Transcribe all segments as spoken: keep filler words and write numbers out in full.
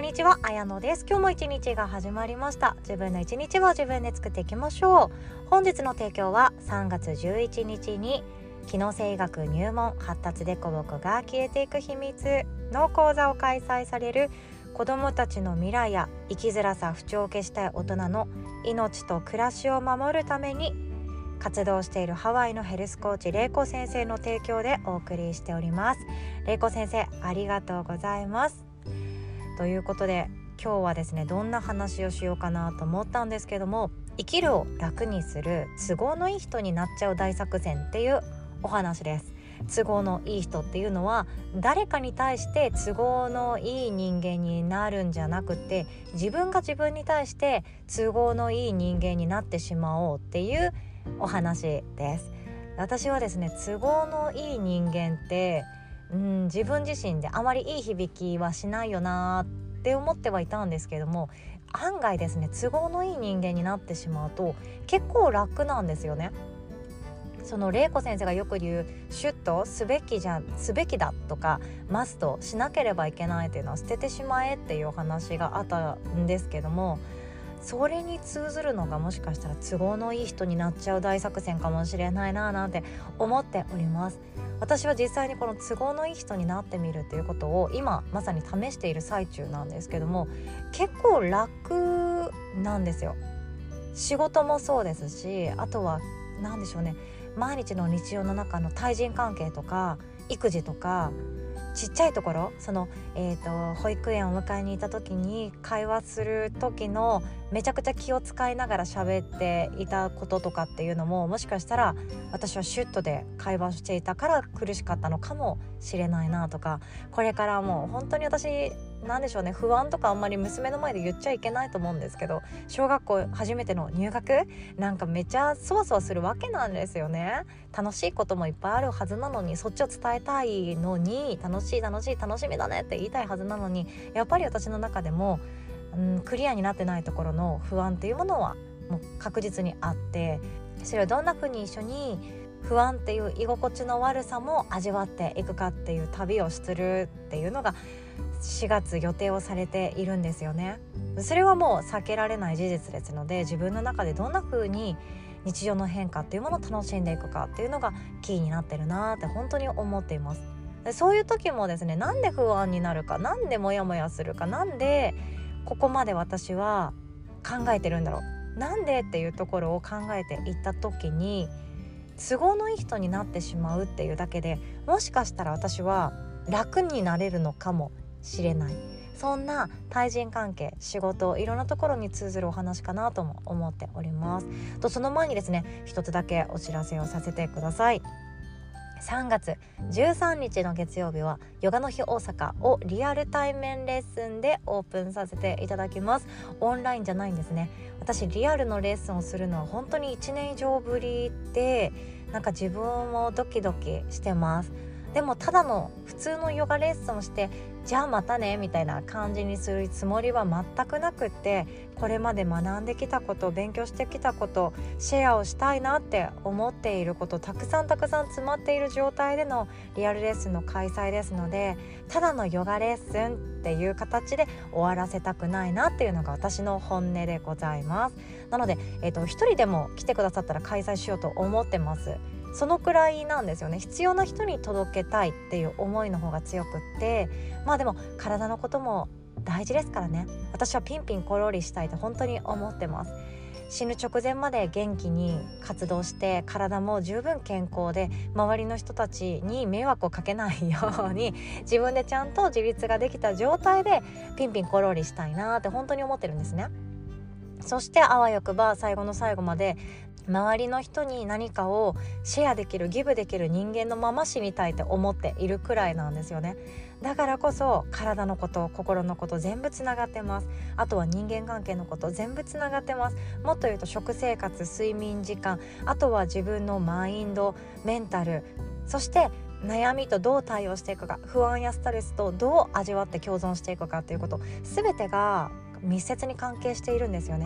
んにちは、あやのです。今日も一日が始まりました。自分の一日を自分で作っていきましょう。本日の提供はさんがつじゅういちにちに機能性医学入門発達デコボコが消えていく秘密の講座を開催される子どもたちの未来や生きづらさ不調を消したい大人の命と暮らしを守るために活動しているハワイのヘルスコーチれいこ先生の提供でお送りしております。れいこ先生、ありがとうございます。ということで今日はですね、どんな話をしようかなと思ったんですけども、生きるを楽にする都合のいい人になっちゃう大作戦っていうお話です。都合のいい人っていうのは誰かに対して都合のいい人間になるんじゃなくて、自分が自分に対して都合のいい人間になってしまおうっていうお話です。私はですね、都合のいい人間ってうん、自分自身であまりいい響きはしないよなって思ってはいたんですけども、案外ですね、都合のいい人間になってしまうと結構楽なんですよね。そのれいこ先生がよく言うシュッとすべきじゃすべきだとかマストしなければいけないっていうのは捨ててしまえっていうお話があったんですけども、それに通ずるのがもしかしたら都合のいい人になっちゃう大作戦かもしれないななんて思っております。私は実際にこの都合のいい人になってみるっていうことを今まさに試している最中なんですけども、結構楽なんですよ。仕事もそうですし、あとは何でしょうね、毎日の日常の中の対人関係とか育児とかちっちゃいところ、その、えーと、保育園を迎えに行った時に会話する時のめちゃくちゃ気を使いながら喋っていたこととかっていうのも、もしかしたら私はシュッとで会話していたから苦しかったのかもしれないなとか、これからもう本当に私なんでしょうね、不安とかあんまり娘の前で言っちゃいけないと思うんですけど、小学校初めての入学なんかめちゃそわそわするわけなんですよね。楽しいこともいっぱいあるはずなのに、そっちを伝えたいのに、楽しい楽しい楽しみだねって言いたいはずなのに、やっぱり私の中でも、うん、クリアになってないところの不安っていうものはもう確実にあって、それをどんな風に一緒に不安っていう居心地の悪さも味わっていくかっていう旅をするっていうのがしがつ予定をされているんですよね。それはもう避けられない事実ですので、自分の中でどんな風に日常の変化っていうものを楽しんでいくかっていうのがキーになってるなって本当に思っています。でそういう時もですね、なんで不安になるか、なんでモヤモヤするか、なんでここまで私は考えてるんだろう、なんでっていうところを考えていった時に、都合のいい人になってしまうっていうだけで、もしかしたら私は楽になれるのかもしれない、そんな対人関係、仕事、いろんなところに通ずるお話かなとも思っております。とその前にですね、一つだけお知らせをさせてください。さんがつじゅうさんにちの月曜日はヨガの日大阪をリアル対面レッスンでオープンさせていただきます。オンラインじゃないんですね。私リアルのレッスンをするのは本当にいちねん以上ぶりで、なんか自分もドキドキしてます。でもただの普通のヨガレッスンをしてじゃあまたねみたいな感じにするつもりは全くなくって、これまで学んできたこと、勉強してきたこと、シェアをしたいなって思っていること、たくさんたくさん詰まっている状態でのリアルレッスンの開催ですので、ただのヨガレッスンっていう形で終わらせたくないなっていうのが私の本音でございます。なので、えーと、一人でも来てくださったら開催しようと思ってます。そのくらいなんですよね。必要な人に届けたいっていう思いの方が強くって、まあでも体のことも大事ですからね。私はピンピンコロリしたいと本当に思ってます。死ぬ直前まで元気に活動して体も十分健康で、周りの人たちに迷惑をかけないように自分でちゃんと自立ができた状態でピンピンコロリしたいなって本当に思ってるんですね。そしてあわよくば最後の最後まで周りの人に何かをシェアできる、ギブできる人間のまま死にたいって思っているくらいなんですよね。だからこそ体のこと、心のこと全部つながってます。あとは人間関係のこと全部つながってます。もっと言うと食生活、睡眠時間、あとは自分のマインド、メンタル、そして悩みとどう対応していくか、不安やストレスとどう味わって共存していくかということ、全てが密接に関係しているんですよね。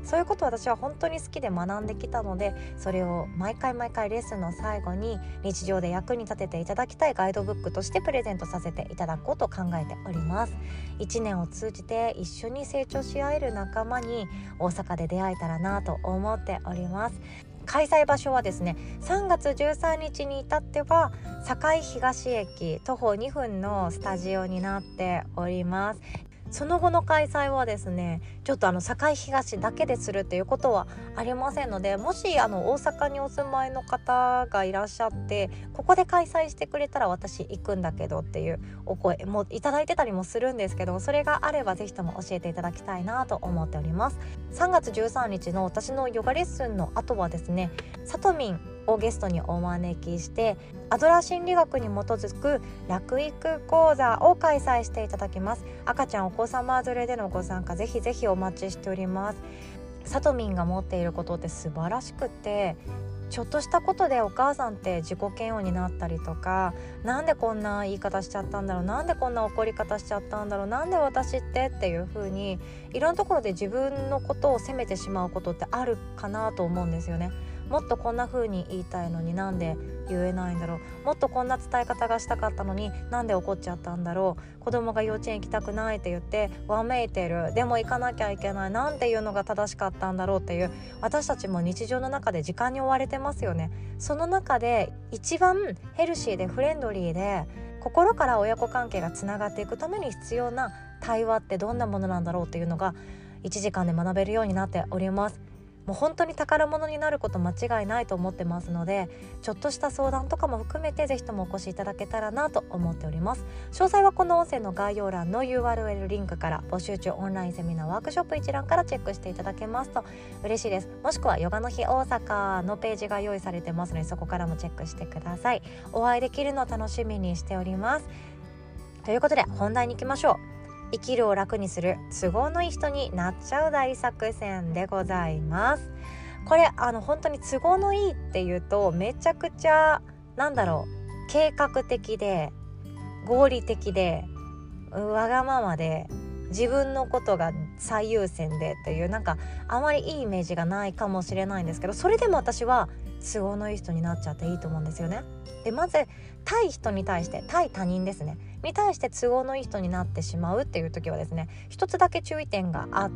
そういうことを私は本当に好きで学んできたので、それを毎回毎回レッスンの最後に日常で役に立てていただきたいガイドブックとしてプレゼントさせていただこうと考えております。いちねんを通じて一緒に成長し合える仲間に大阪で出会えたらなと思っております。開催場所はですね、さんがつじゅうさんにちに至っては堺東駅徒歩にふんのスタジオになっております。その後の開催はですね、ちょっとあの堺東だけでするっていうことはありませんので、もしあの大阪にお住まいの方がいらっしゃってここで開催してくれたら私行くんだけどっていうお声もいただいてたりもするんですけど、それがあればぜひとも教えていただきたいなと思っております。さんがつじゅうさんにちの私のヨガレッスンの後はですね、さとみんをゲストにお招きしてアドラー心理学に基づく楽育講座を開催していただきます。赤ちゃんお子様連れでのご参加ぜひぜひお待ちしております。さとみんが持っていることって素晴らしくて、ちょっとしたことでお母さんって自己嫌悪になったりとか、なんでこんな言い方しちゃったんだろう、なんでこんな怒り方しちゃったんだろう、なんで私ってっていう風にいろんなところで自分のことを責めてしまうことってあるかなと思うんですよね。もっとこんな風に言いたいのになんで言えないんだろう、もっとこんな伝え方がしたかったのになんで怒っちゃったんだろう、子供が幼稚園行きたくないって言ってわめいてる、でも行かなきゃいけない、なんていうのが正しかったんだろうっていう、私たちも日常の中で時間に追われてますよね。その中で一番ヘルシーでフレンドリーで心から親子関係がつながっていくために必要な対話ってどんなものなんだろうっていうのがいちじかんで学べるようになっております。もう本当に宝物になること間違いないと思ってますので、ちょっとした相談とかも含めてぜひともお越しいただけたらなと思っております。詳細はこの音声の概要欄の ユーアールエル リンクから、募集中オンラインセミナーワークショップ一覧からチェックしていただけますと嬉しいです。もしくはヨガの日大阪のページが用意されてますので、そこからもチェックしてください。お会いできるのを楽しみにしております。ということで本題に行きましょう。生きるを楽にする都合のいい人になっちゃう大作戦でございます。これあの本当に都合のいいっていうとめちゃくちゃなんだろう、計画的で合理的でわがままで自分のことが最優先でっていう、なんかあまりいいイメージがないかもしれないんですけど、それでも私は都合のいい人になっちゃっていいと思うんですよね。でまず対人に対して対他人ですねに対して都合のいい人になってしまうっていう時はですね、一つだけ注意点があって、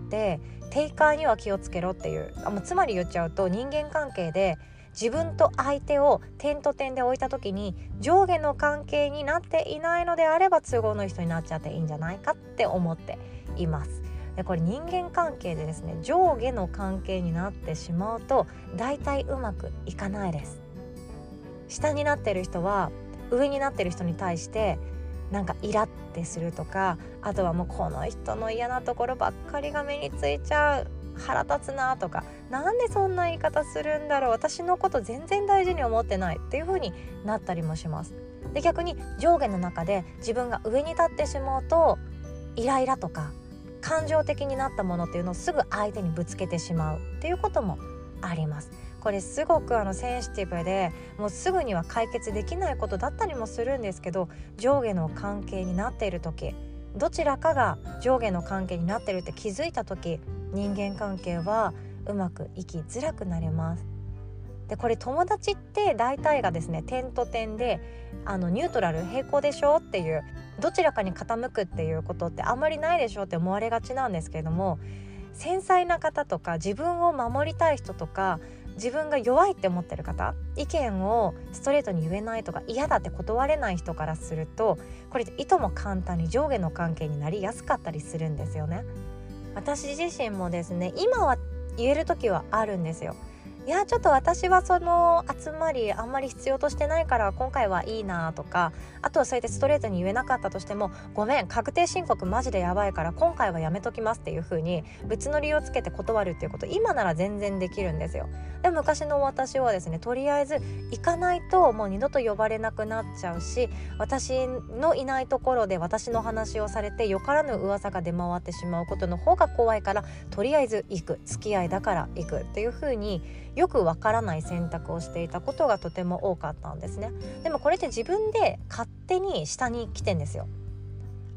テイカーには気をつけろっていう、あもうつまり言っちゃうと、人間関係で自分と相手を点と点で置いた時に上下の関係になっていないのであれば都合のいい人になっちゃっていいんじゃないかって思っています。でこれ人間関係でですね、上下の関係になってしまうと大体うまくいかないです。下になってる人は上になってる人に対してなんかイラってするとか、あとはもうこの人の嫌なところばっかりが目についちゃう、腹立つなとか、なんでそんな言い方するんだろう、私のこと全然大事に思ってないっていう風になったりもします。で逆に上下の中で自分が上に立ってしまうとイライラとか感情的になったものっていうのをすぐ相手にぶつけてしまうっていうこともあります。これすごくあのセンシティブでもうすぐには解決できないことだったりもするんですけど、上下の関係になっている時、どちらかが上下の関係になっているって気づいた時、人間関係はうまくいきづらくなります。でこれ友達って大体がですね、点と点であのニュートラル平行でしょっていう、どちらかに傾くっていうことってあんまりないでしょって思われがちなんですけれども、繊細な方とか自分を守りたい人とか自分が弱いって思ってる方、意見をストレートに言えないとか嫌だって断れない人からすると、これいとも簡単に上下の関係になりやすかったりするんですよね。私自身もですね、今は言える時はあるんですよ。いやちょっと私はその集まりあんまり必要としてないから今回はいいなとか、あとはそうやってストレートに言えなかったとしても、ごめん確定申告マジでやばいから今回はやめときますっていう風に別の理由をつけて断るっていうこと、今なら全然できるんですよ。でも昔の私はですね、とりあえず行かないともう二度と呼ばれなくなっちゃうし、私のいないところで私の話をされてよからぬ噂が出回ってしまうことの方が怖いから、とりあえず行く、付き合いだから行くっていう風によくわからない選択をしていたことがとても多かったんですね。でもこれって自分で勝手に下に来てんですよ。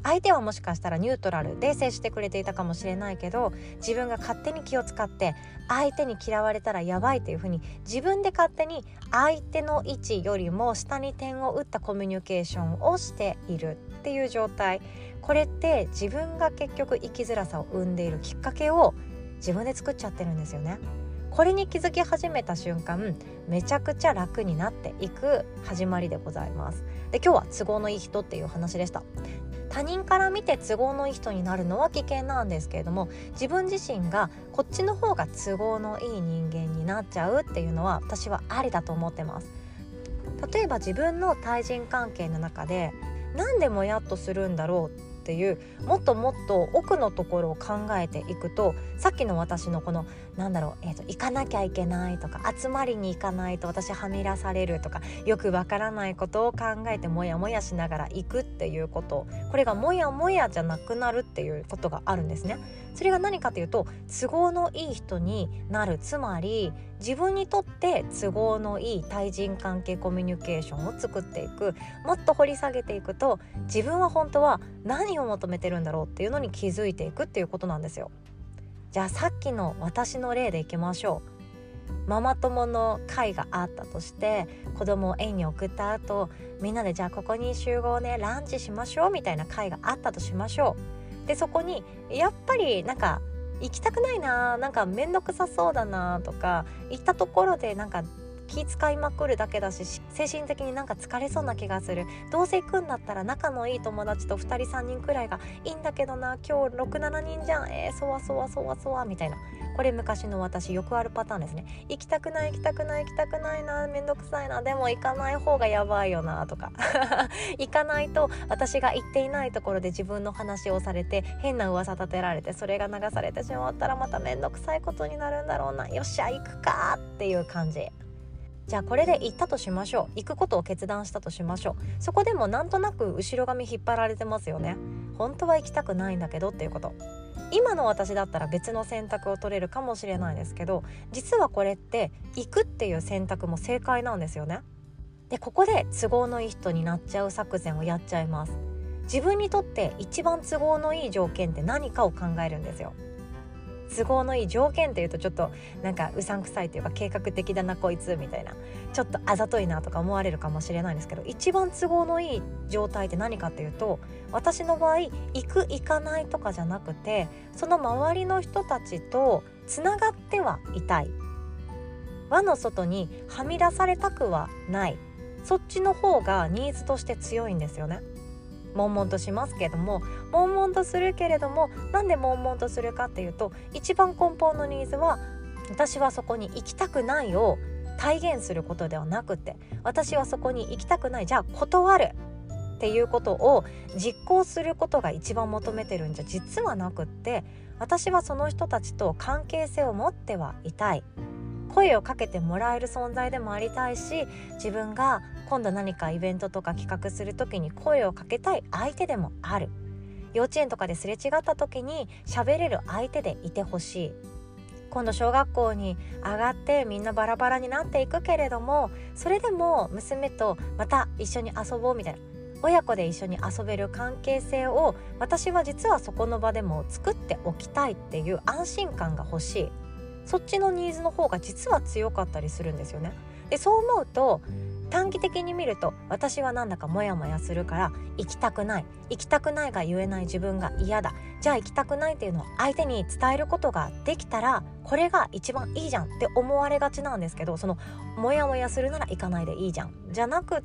相手はもしかしたらニュートラルで接してくれていたかもしれないけど、自分が勝手に気を使って相手に嫌われたらやばいっていう風に自分で勝手に相手の位置よりも下に点を打ったコミュニケーションをしているっていう状態。これって自分が結局生きづらさを生んでいるきっかけを自分で作っちゃってるんですよね。これに気づき始めた瞬間、めちゃくちゃ楽になっていく始まりでございます。で、今日は都合のいい人っていう話でした。他人から見て都合のいい人になるのは危険なんですけれども、自分自身がこっちの方が都合のいい人間になっちゃうっていうのは私はありだと思ってます。例えば自分の対人関係の中でなんでもやっとするんだろうっていうもっともっと奥のところを考えていくと、さっきの私のこのなんだろう、えーと、行かなきゃいけないとか、集まりに行かないと私はみ出されるとか、よくわからないことを考えてもやもやしながら行くっていうこと、これがもやもやじゃなくなるっていうことがあるんですね。それが何かというと、都合のいい人になる、つまり自分にとって都合のいい対人関係コミュニケーションを作っていく。もっと掘り下げていくと、自分は本当は何を求めてるんだろうっていうのに気づいていくっていうことなんですよ。じゃあさっきの私の例でいきましょう。ママ友の会があったとして、子供を園に送った後、みんなでじゃあここに集合ね、ランチしましょうみたいな会があったとしましょう。で、そこにやっぱりなんか行きたくないな、なんかめんどくさそうだなとか、行ったところでなんか気使いまくるだけだし、精神的になんか疲れそうな気がする。どうせ行くんだったら仲のいい友達とふたりさんにんくらいがいいんだけどな、今日ろく、しちにんじゃん、えー、そわそわそわそわみたいな。これ昔の私よくあるパターンですね。行きたくない行きたくない行きたくないな、めんどくさいな、でも行かない方がやばいよなとか行かないと私が行っていないところで自分の話をされて変な噂立てられて、それが流されてしまったらまためんどくさいことになるんだろうな、よっしゃ行くかっていう感じ。じゃあこれで行ったとしましょう。行くことを決断したとしましょう。そこでもなんとなく後ろ髪引っ張られてますよね。本当は行きたくないんだけどっていうこと。今の私だったら別の選択を取れるかもしれないですけど、実はこれって行くっていう選択も正解なんですよね。で、ここで都合のいい人になっちゃう作戦をやっちゃいます。自分にとって一番都合のいい条件って何かを考えるんですよ。都合のいい条件っていうとちょっとなんかうさんくさいというか計画的だなこいつみたいな、ちょっとあざといなとか思われるかもしれないんですけど、一番都合のいい状態って何かっていうと、私の場合行く行かないとかじゃなくて、その周りの人たちとつながってはいたい、輪の外にはみ出されたくはない、そっちの方がニーズとして強いんですよね。悶々としますけども、悶々とするけれども、なんで悶々とするかっていうと、一番根本のニーズは、私はそこに行きたくないを体現することではなくて、私はそこに行きたくない、じゃあ断るっていうことを実行することが一番求めてるんじゃ実はなくって、私はその人たちと関係性を持ってはいたい、声をかけてもらえる存在でもありたいし、自分が今度何かイベントとか企画する時に声をかけたい相手でもある。幼稚園とかですれ違った時に喋れる相手でいてほしい。今度小学校に上がってみんなバラバラになっていくけれども、それでも娘とまた一緒に遊ぼうみたいな、親子で一緒に遊べる関係性を私は実はそこの場でも作っておきたいっていう安心感が欲しい。そっちのニーズの方が実は強かったりするんですよね。で、そう思うと短期的に見ると、私はなんだかモヤモヤするから行きたくない、行きたくないが言えない自分が嫌だ、じゃあ行きたくないっていうのを相手に伝えることができたら、これが一番いいじゃんって思われがちなんですけど、そのモヤモヤするなら行かないでいいじゃんじゃなくって、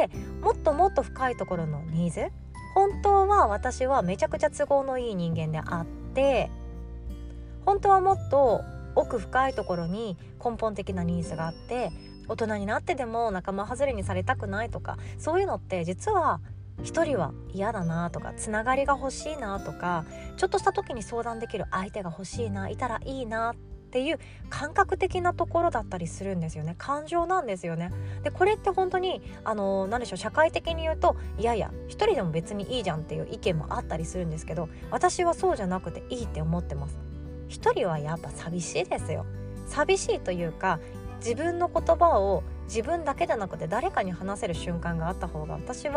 もっともっと深いところのニーズ、本当は私はめちゃくちゃ都合のいい人間であって、本当はもっと奥深いところに根本的なニーズがあって、大人になってでも仲間外れにされたくないとか、そういうのって実は一人は嫌だなとか、つながりが欲しいなとか、ちょっとした時に相談できる相手が欲しいな、いたらいいなっていう感覚的なところだったりするんですよね。感情なんですよね。で、これって本当にあの何でしょう、社会的に言うと、いやいや一人でも別にいいじゃんっていう意見もあったりするんですけど、私はそうじゃなくていいって思ってます。一人はやっぱ寂しいですよ。寂しいというか、自分の言葉を自分だけじゃなくて誰かに話せる瞬間があった方が私は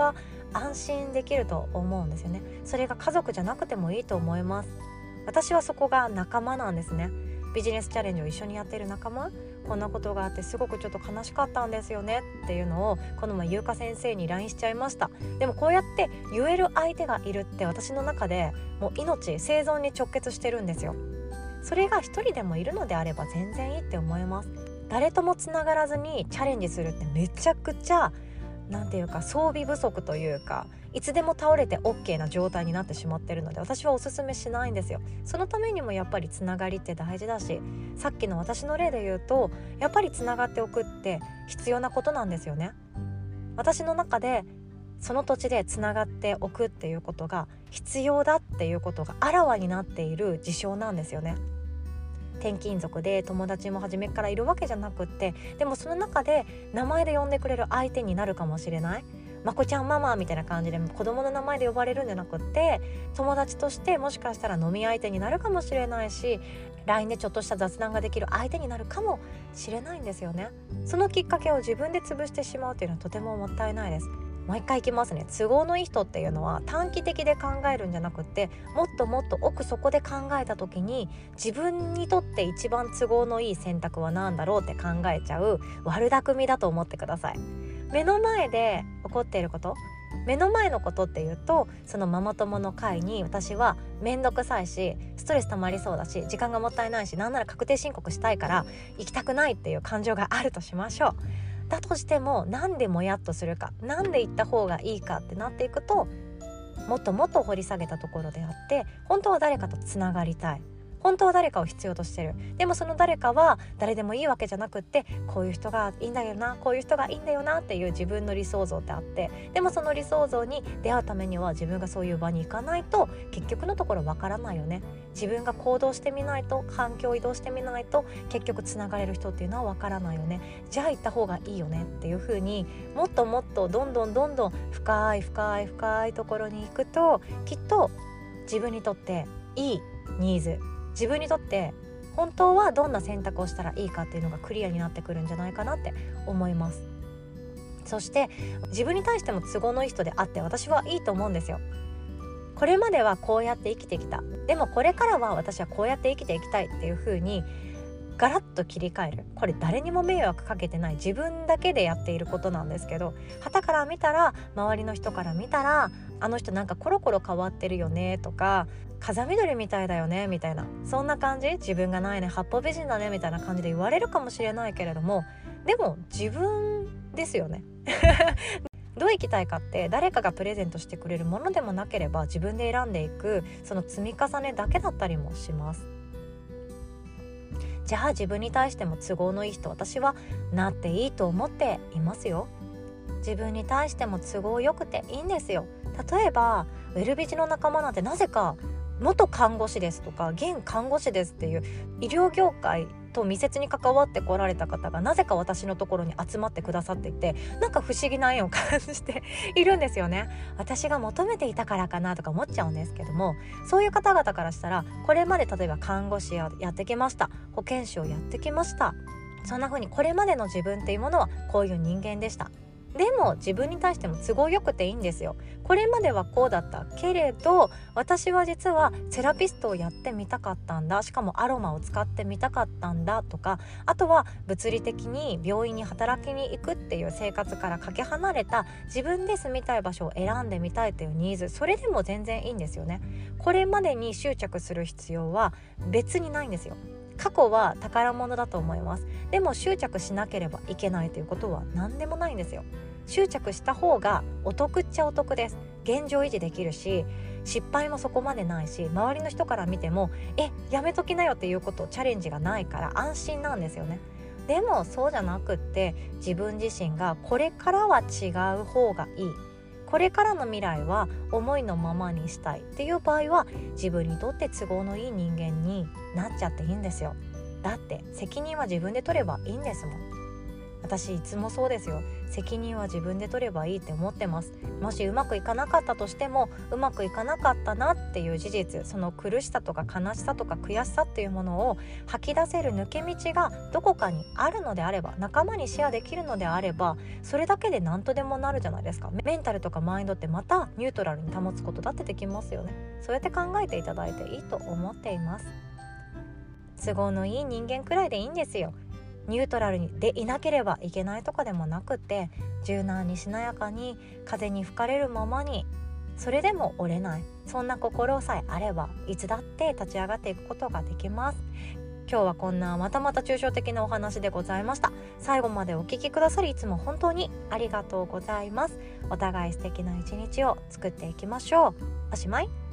安心できると思うんですよね。それが家族じゃなくてもいいと思います。私はそこが仲間なんですね。ビジネスチャレンジを一緒にやっている仲間、こんなことがあってすごくちょっと悲しかったんですよねっていうのをこの前優香先生に ライン しちゃいました。でもこうやって言える相手がいるって私の中でもう命生存に直結してるんですよ。それが一人でもいるのであれば全然いいって思います。誰ともつながらずにチャレンジするってめちゃくちゃなんていうか装備不足というか、いつでも倒れて OK な状態になってしまっているので私はおすすめしないんですよ。そのためにもやっぱりつながりって大事だし、さっきの私の例で言うとやっぱりつながっておくって必要なことなんですよね。私の中でその土地でつながっておくっていうことが必要だっていうことがあらわになっている事象なんですよね。転勤族で友達も初めからいるわけじゃなくって、でもその中で名前で呼んでくれる相手になるかもしれない、まこちゃんママみたいな感じで子供の名前で呼ばれるんじゃなくって、友達としてもしかしたら飲み相手になるかもしれないし、 ライン でちょっとした雑談ができる相手になるかもしれないんですよね。そのきっかけを自分で潰してしまうっていうのはとてももったいないです。もう一回いきますね。都合のいい人っていうのは短期的で考えるんじゃなくって、もっともっと奥底で考えた時に自分にとって一番都合のいい選択は何だろうって考えちゃう悪巧みだと思ってください。目の前で起こっていること、目の前のことっていうと、そのママ友の会に私はめんどくさいしストレス溜まりそうだし時間がもったいないし、なんなら確定申告したいから行きたくないっていう感情があるとしましょう。だとしてもなんでもやっとするか、なんで行った方がいいかってなっていくと、もっともっと掘り下げたところであって、本当は誰かとつながりたい、本当は誰かを必要としてる、でもその誰かは誰でもいいわけじゃなくって、こういう人がいいんだよな、こういう人がいいんだよなっていう自分の理想像ってあって、でもその理想像に出会うためには自分がそういう場に行かないと結局のところわからないよね。自分が行動してみないと、環境を移動してみないと結局つながれる人っていうのはわからないよね。じゃあ行った方がいいよねっていう風に、もっともっとどんどんどんどん深い深い深いところに行くと、きっと自分にとっていいニーズ、自分にとって本当はどんな選択をしたらいいかっていうのがクリアになってくるんじゃないかなって思います。そして自分に対しても都合のいい人であって私はいいと思うんですよ。これまではこうやって生きてきた、でもこれからは私はこうやって生きていきたいっていう風にガラッと切り替える。これ誰にも迷惑かけてない、自分だけでやっていることなんですけど、傍から見たら、周りの人から見たら、あの人なんかコロコロ変わってるよねとか、風緑みたいだよねみたいな、そんな感じ、自分がないね、八方美人だねみたいな感じで言われるかもしれないけれども、でも自分ですよねどう生きたいかって誰かがプレゼントしてくれるものでもなければ、自分で選んでいくその積み重ねだけだったりもします。じゃあ自分に対しても都合のいい人、私はなっていいと思っていますよ。自分に対しても都合よくていいんですよ。例えばウェルビジの仲間なんてなぜか元看護師ですとか現看護師ですっていう医療業界と密接に関わってこられた方がなぜか私のところに集まってくださっていて、なんか不思議な縁を感じているんですよね。私が求めていたからかなとか思っちゃうんですけども、そういう方々からしたら、これまで例えば看護師をやってきました、保健師をやってきました、そんな風にこれまでの自分っていうものはこういう人間でした。でも自分に対しても都合よくていいんですよ。これまではこうだったけれど、私は実はセラピストをやってみたかったんだ、しかもアロマを使ってみたかったんだとか、あとは物理的に病院に働きに行くっていう生活からかけ離れた自分で住みたい場所を選んでみたいというニーズ、それでも全然いいんですよね。これまでに執着する必要は別にないんですよ。過去は宝物だと思います。でも執着しなければいけないということは何でもないんですよ。執着した方がお得っちゃお得です。現状維持できるし、失敗もそこまでないし、周りの人から見てもえやめときなよっていうことチャレンジがないから安心なんですよね。でもそうじゃなくって、自分自身がこれからは違う方がいい、これからの未来は思いのままにしたいっていう場合は、自分にとって都合のいい人間になっちゃっていいんですよ。だって責任は自分で取ればいいんですもん。 私いつもそうですよ。責任は自分で取ればいいって思ってます。もしうまくいかなかったとしても、うまくいかなかったなっていう事実、その苦しさとか悲しさとか悔しさっていうものを吐き出せる抜け道がどこかにあるのであれば、仲間にシェアできるのであれば、それだけで何とでもなるじゃないですか。メンタルとかマインドってまたニュートラルに保つことだってできますよね。そうやって考えていただいていいと思っています。都合のいい人間くらいでいいんですよ。ニュートラルでいなければいけないとかでもなくって、柔軟にしなやかに風に吹かれるままに、それでも折れない、そんな心さえあればいつだって立ち上がっていくことができます。今日はこんなまたまた抽象的なお話でございました。最後までお聞きくださりいつも本当にありがとうございます。お互い素敵な一日を作っていきましょう。おしまい。